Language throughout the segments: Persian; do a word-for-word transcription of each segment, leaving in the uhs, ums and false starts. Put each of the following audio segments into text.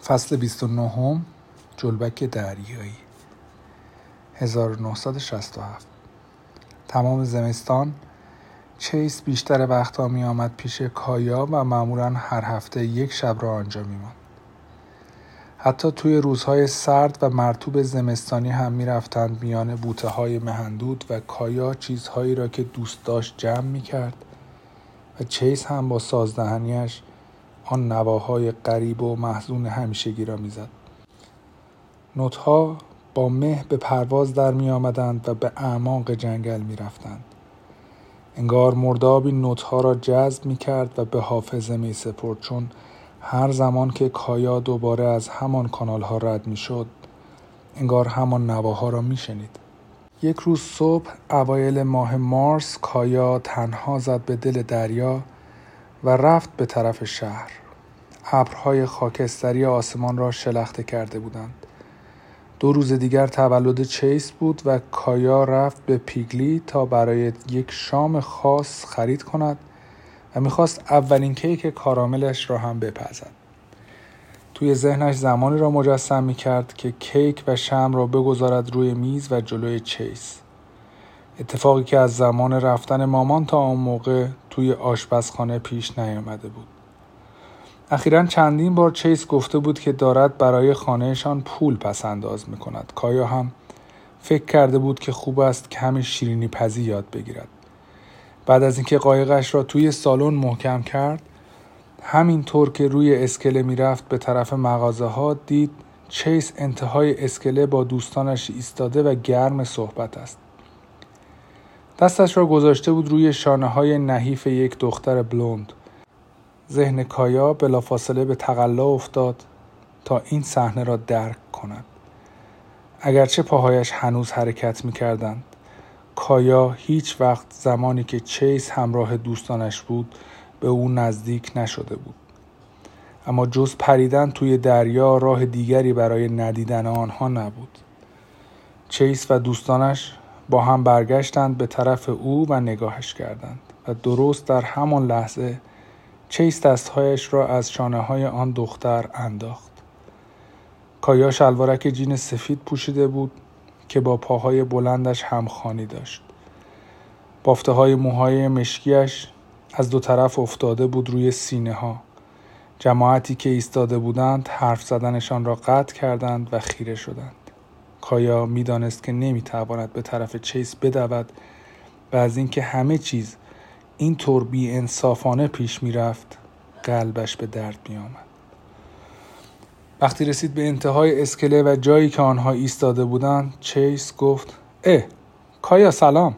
فصل بیست و نهم جلبک دریایی هزار و نهصد و شصت و هفت. تمام زمستان چیس بیشتر وقتا می آمد پیش کایا و معمولاً هر هفته یک شب را آنجا می ماند. حتی توی روزهای سرد و مرطوب زمستانی هم می رفتند میان بوته های مهندود و کایا چیزهایی را که دوست داشت جمع می کرد و چیس هم با سازدهنیش آن نواهای غریب و محزون همیشگی را می زد. نوت‌ها با مه به پرواز در می آمدند و به اعماق جنگل می رفتند. انگار مرداب این نوت‌ها را جذب می کرد و به حافظه می سپرد، چون هر زمان که کایا دوباره از همان کانال‌ها رد می شد انگار همان نواها را می شنید. یک روز صبح اوایل ماه مارس کایا تنها زد به دل دریا و رفت به طرف شهر. ابرهای خاکستری آسمان را شلخته کرده بودند. دو روز دیگر تولد چیس بود و کایا رفت به پیگلی تا برای یک شام خاص خرید کند و میخواست اولین کیک کاراملش را هم بپزد. توی ذهنش زمانی را مجسم میکرد که کیک و شمع را بگذارد روی میز و جلوی چیس. اتفاقی که از زمان رفتن مامان تا آن موقع توی آشپزخانه پیش نیامده بود. اخیراً چندین بار چیس گفته بود که دارد برای خانهشان پول پس انداز میکند. کایا هم فکر کرده بود که خوب است کمی شیرینی پزی یاد بگیرد. بعد از اینکه قایقش را توی سالن محکم کرد، همینطور که روی اسکله میرفت به طرف مغازه ها، دید چیس انتهای اسکله با دوستانش ایستاده و گرم صحبت است. دستش را گذاشته بود روی شانه های نحیف یک دختر بلوند. ذهن کایا بلافاصله به تقلا افتاد تا این صحنه را درک کند. اگرچه پاهایش هنوز حرکت می‌کردند، کایا هیچ وقت زمانی که چیس همراه دوستانش بود به او نزدیک نشده بود. اما جز پریدن توی دریا راه دیگری برای ندیدن آنها نبود. چیس و دوستانش با هم برگشتند به طرف او و نگاهش کردند و درست در همان لحظه چیس دستهایش را از شانه‌های آن دختر انداخت. کایا شلوارک جین سفید پوشیده بود که با پاهای بلندش همخوانی داشت. بافته‌های موهای مشکیش از دو طرف افتاده بود روی سینه ها. جماعتی که ایستاده بودند حرف زدنشان را قطع کردند و خیره شدند. کایا می‌دانست که نمی‌تواند به طرف چیس بدود و از اینکه همه چیز این طور بی انصافانه پیش می رفت قلبش به درد می آمد. وقتی رسید به انتهای اسکله و جایی که آنها ایستاده بودند، چیس گفت اه کایا سلام.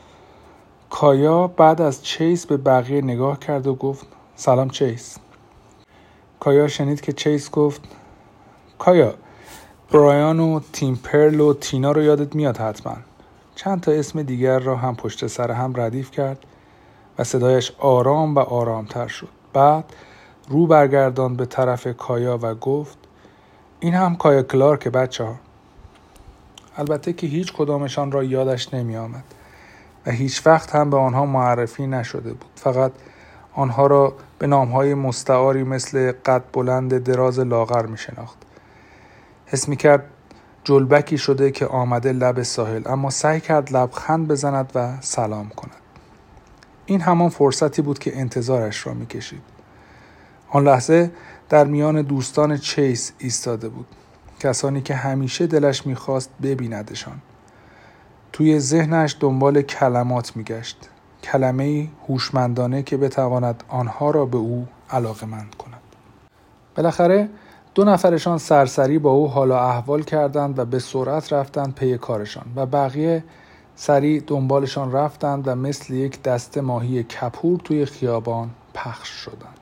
کایا بعد از چیس به بقیه نگاه کرد و گفت سلام چیس. کایا شنید که چیس گفت کایا برایان و تیم پرل و تینا رو یادت میاد حتما. چند تا اسم دیگر را هم پشت سر هم ردیف کرد و صدایش آرام و آرامتر شد. بعد رو برگرداند به طرف کایا و گفت این هم کایا کلارک بچه ها. البته که هیچ کدامشان را یادش نمی آمد و هیچ وقت هم به آنها معرفی نشده بود. فقط آنها را به نامهای مستعاری مثل قد بلند دراز لاغر می شناخت. حس می کرد جلبکی شده که آمده لب ساحل، اما سعی کرد لبخند بزند و سلام کند. این همان فرصتی بود که انتظارش را می‌کشید. آن لحظه در میان دوستان چیس ایستاده بود. کسانی که همیشه دلش می‌خواست ببیندشان. توی ذهنش دنبال کلمات می‌گشت. کلمه‌ای هوشمندانه که بتواند آنها را به او علاقه‌مند کند. بالاخره دو نفرشان سرسری با او حال و احوال کردند و به سرعت رفتند پی کارشان و بقیه سریع دنبالشان رفتند و مثل یک دسته ماهی کپور توی خیابان پخش شدند.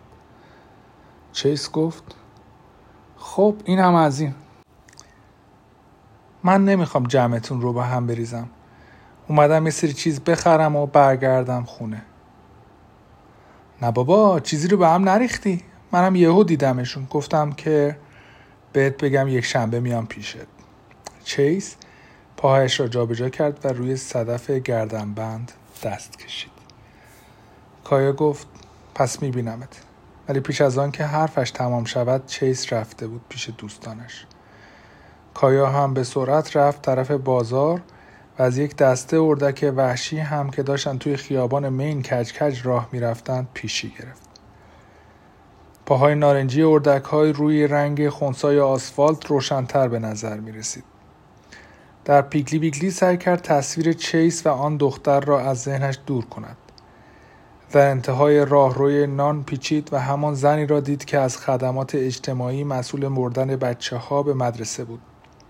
چیس گفت خب این هم از این. من نمیخوام جمعتون رو به هم بریزم. اومدم یه سری چیز بخرم و برگردم خونه. نه بابا چیزی رو به هم نریختی. منم یهو دیدمشون. گفتم که بهت بگم یک شنبه میام پیشت. چیس پاهایش را جابجا کرد و روی صدف گردنبند دست کشید. کایا گفت پس میبینمت ولی پیش از آن که حرفش تمام شود چیس رفته بود پیش دوستانش. کایا هم به سرعت رفت طرف بازار و از یک دسته اردک وحشی هم که داشتن توی خیابان مین کج کج راه می رفتند پیشی گرفت. پاهای نارنجی اردک‌های روی رنگ خنثای آسفالت روشن‌تر به نظر می رسید. در پیگلی بیگلی سعی کرد تصویر چیس و آن دختر را از ذهنش دور کند. در انتهای راهروی نان پیچید و همان زنی را دید که از خدمات اجتماعی مسئول بردن بچه‌ها به مدرسه بود.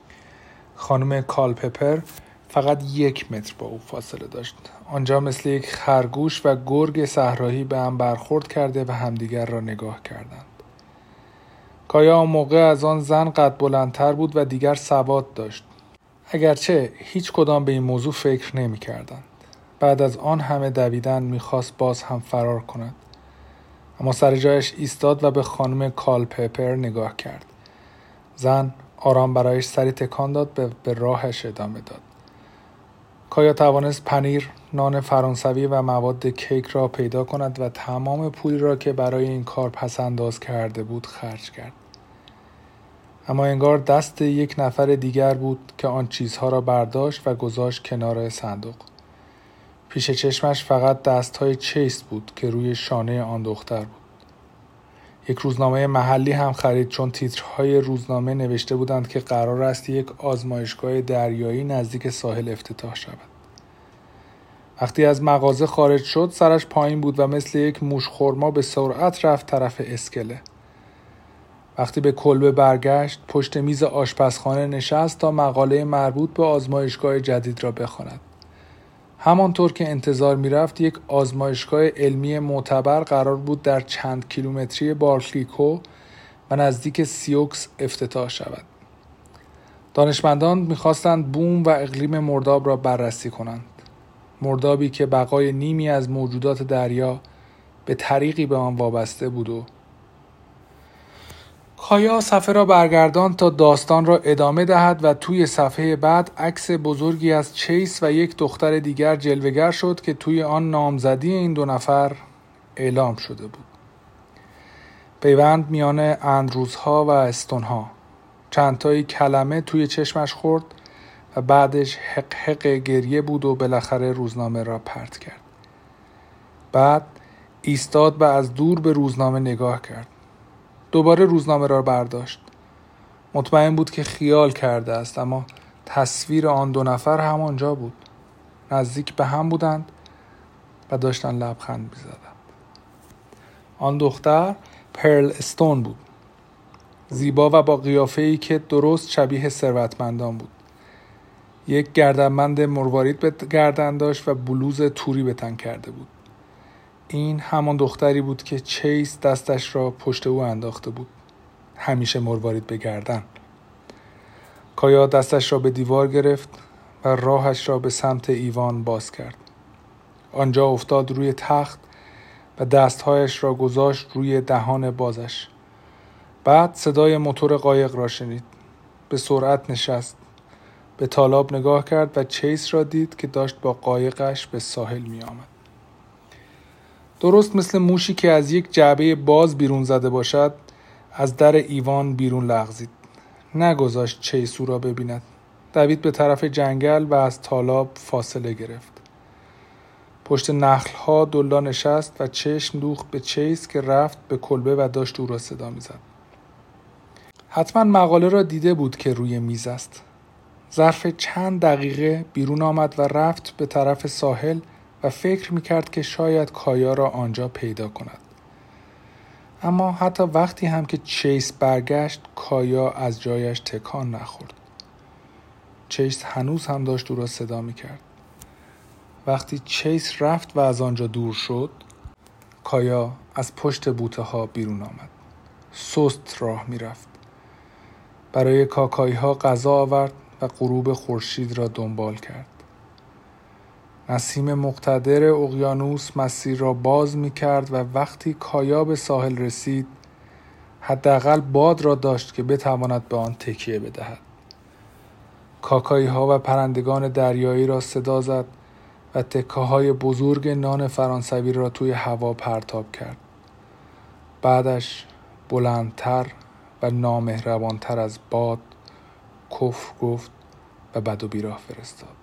خانم کالپپر فقط یک متر با او فاصله داشت. آنجا مثل یک خرگوش و گرگ صحرایی به هم برخورد کرده و همدیگر را نگاه کردند. کایا آن موقع از آن زن قد بلندتر بود و دیگر سواد داشت. اگرچه هیچ کدام به این موضوع فکر نمی کردند. بعد از آن همه دویدن میخواست باز هم فرار کند. اما سر جایش ایستاد و به خانم کالپپر نگاه کرد. زن آرام برایش سری تکان داد و به راهش ادامه داد. کایا توانست پنیر، نان فرانسوی و مواد کیک را پیدا کند و تمام پولی را که برای این کار پس انداز کرده بود خرج کرد. اما انگار دست یک نفر دیگر بود که آن چیزها را برداشت و گذاشت کنار صندوق. پیش چشمش فقط دستهای چیس بود که روی شانه آن دختر بود. یک روزنامه محلی هم خرید چون تیترهای روزنامه نوشته بودند که قرار است یک آزمایشگاه دریایی نزدیک ساحل افتتاح شود. وقتی از مغازه خارج شد سرش پایین بود و مثل یک موش خرما به سرعت رفت طرف اسکله. وقتی به کلبه برگشت پشت میز آشپزخانه نشست تا مقاله مربوط به آزمایشگاه جدید را بخواند. همانطور که انتظار می‌رفت یک آزمایشگاه علمی معتبر قرار بود در چند کیلومتری بارکلیکو و نزدیک سیوکس افتتاح شود. دانشمندان می‌خواستند بوم و اقلیم مرداب را بررسی کنند. مردابی که بقای نیمی از موجودات دریا به طریقی به آن وابسته بود. و کایا صفحه را برگرداند تا داستان را ادامه دهد و توی صفحه بعد عکس بزرگی از چیس و یک دختر دیگر جلوه‌گر شد که توی آن نامزدی این دو نفر اعلام شده بود. پیوند میان اندروزها و استونها. چندتایی کلمه توی چشمش خورد و بعدش حق حق گریه بود و بالاخره روزنامه را پرت کرد. بعد ایستاد و از دور به روزنامه نگاه کرد. دوباره روزنامه را برداشت. مطمئن بود که خیال کرده است، اما تصویر آن دو نفر همانجا بود. نزدیک به هم بودند و داشتن لبخند می‌زدند. آن دختر پرل استون بود. زیبا و با قیافه‌ای که درست شبیه ثروتمندان بود. یک گردنبند مروارید به گردن داشت و بلوز توری به تن کرده بود. این همان دختری بود که چیس دستش را پشت او انداخته بود. همیشه مروارید به گردن. کایا دستش را به دیوار گرفت و راهش را به سمت ایوان باز کرد. آنجا افتاد روی تخت و دستهایش را گذاشت روی دهان بازش. بعد صدای موتور قایق را شنید. به سرعت نشست. به تالاب نگاه کرد و چیس را دید که داشت با قایقش به ساحل می آمد. درست مثل موشی که از یک جعبه باز بیرون زده باشد، از در ایوان بیرون لغزید. نگذاشت چیس او را ببیند. دوید به طرف جنگل و از تالاب فاصله گرفت. پشت نخل‌ها دلا نشست و چشم دوخت به چیس که رفت به کلبه و داشت او را صدا می‌زد. حتما مقاله را دیده بود که روی میز است. ظرف چند دقیقه بیرون آمد و رفت به طرف ساحل و فکر می‌کرد که شاید کایا را آنجا پیدا کند. اما حتی وقتی هم که چیس برگشت، کایا از جایش تکان نخورد. چیس هنوز هم داشت او را صدا می‌کرد. وقتی چیس رفت و از آنجا دور شد، کایا از پشت بوته‌ها بیرون آمد. سست راه می‌رفت. برای کاکایی‌ها غذا آورد و غروب خورشید را دنبال کرد. نسیم مقتدر اقیانوس مسیر را باز می‌کرد و وقتی کایا به ساحل رسید، حداقل باد را داشت که بتواند به آن تکیه بدهد. کاکایی‌ها و پرندگان دریایی را صدا زد و تکه‌های بزرگ نان فرانسوی را توی هوا پرتاب کرد. بعدش بلندتر و نامهربانتر از باد کفر گفت و بد و بیراه فرستاد.